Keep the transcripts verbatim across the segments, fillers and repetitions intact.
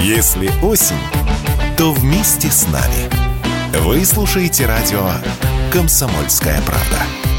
Если осень, то вместе с нами. Вы слушаете радио «Комсомольская правда».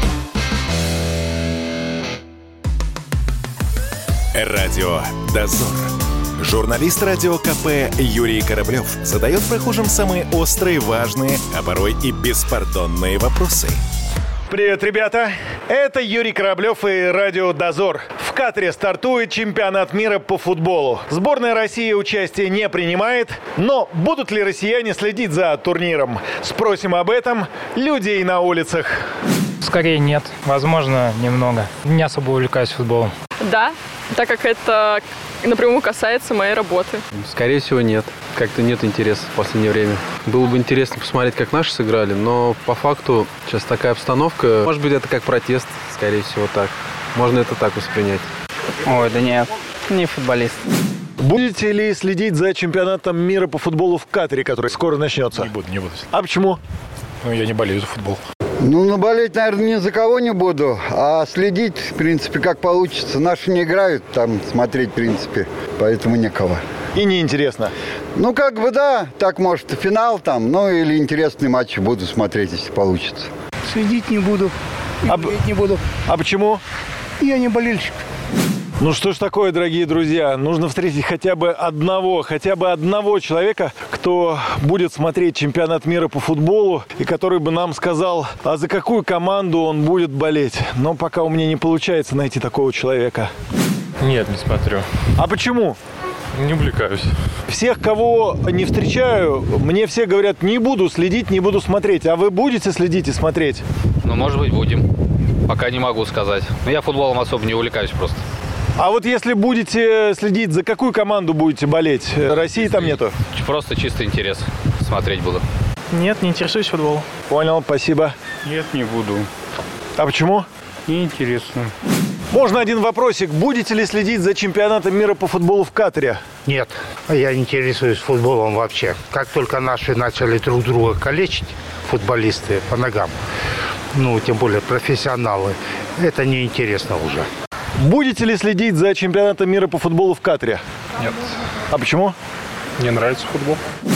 Радио «Дозор». Журналист радио КП Юрий Кораблев задает прохожим самые острые, важные, а порой и беспардонные вопросы. Привет, ребята! Это Юрий Кораблев и радио «Дозор». В Катаре стартует чемпионат мира по футболу. Сборная России участие не принимает, но будут ли россияне следить за турниром? Спросим об этом людей на улицах. Скорее нет, возможно, немного. Не особо увлекаюсь футболом. Да, так как это напрямую касается моей работы. Скорее всего, нет. Как-то нет интереса в последнее время. Было бы интересно посмотреть, как наши сыграли, но по факту сейчас такая обстановка. Может быть, это как протест, скорее всего, так. Можно это так воспринять. Ой, да нет, не футболист. Будете ли следить за чемпионатом мира по футболу в Катаре, который скоро начнется? Не буду, не буду. А почему? Ну, я не болею за футбол. Ну, наболеть, наверное, ни за кого не буду, а следить, в принципе, как получится. Наши не играют, там смотреть, в принципе, поэтому некого. И неинтересно? Ну, как бы, да, так, может, финал там, ну, или интересные матчи буду смотреть, если получится. Следить не буду, и а, болеть не буду. А почему? Я не болельщик. Ну что ж такое, дорогие друзья, нужно встретить хотя бы одного, хотя бы одного человека, кто будет смотреть чемпионат мира по футболу и который бы нам сказал, а за какую команду он будет болеть. Но пока у меня не получается найти такого человека. Нет, не смотрю. А почему? Не увлекаюсь. Всех, кого не встречаю, мне все говорят, не буду следить, не буду смотреть. А вы будете следить и смотреть? Ну, может быть, будем. Пока не могу сказать. Но я футболом особо не увлекаюсь просто. А вот если будете следить, за какую команду будете болеть? России там нету? Просто чисто интерес. Смотреть буду. Нет, не интересуюсь футболом. Понял, спасибо. Нет, не буду. А почему? Неинтересно. Можно один вопросик. Будете ли следить за чемпионатом мира по футболу в Катаре? Нет, я не интересуюсь футболом вообще. Как только наши начали друг друга калечить, футболисты, по ногам, ну, тем более профессионалы, это неинтересно уже. Будете ли следить за чемпионатом мира по футболу в Катаре? Нет. А почему? Мне нравится футбол.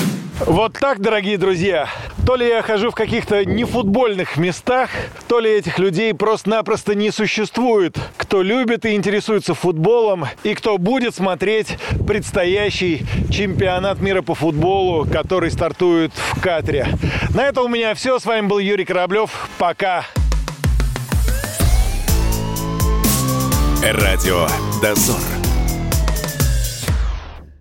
Вот так, дорогие друзья. То ли я хожу в каких-то нефутбольных местах, то ли этих людей просто-напросто не существует. Кто любит и интересуется футболом, и кто будет смотреть предстоящий чемпионат мира по футболу, который стартует в Катаре. На этом у меня все. С вами был Юрий Кораблев. Пока. Радио «Дозор».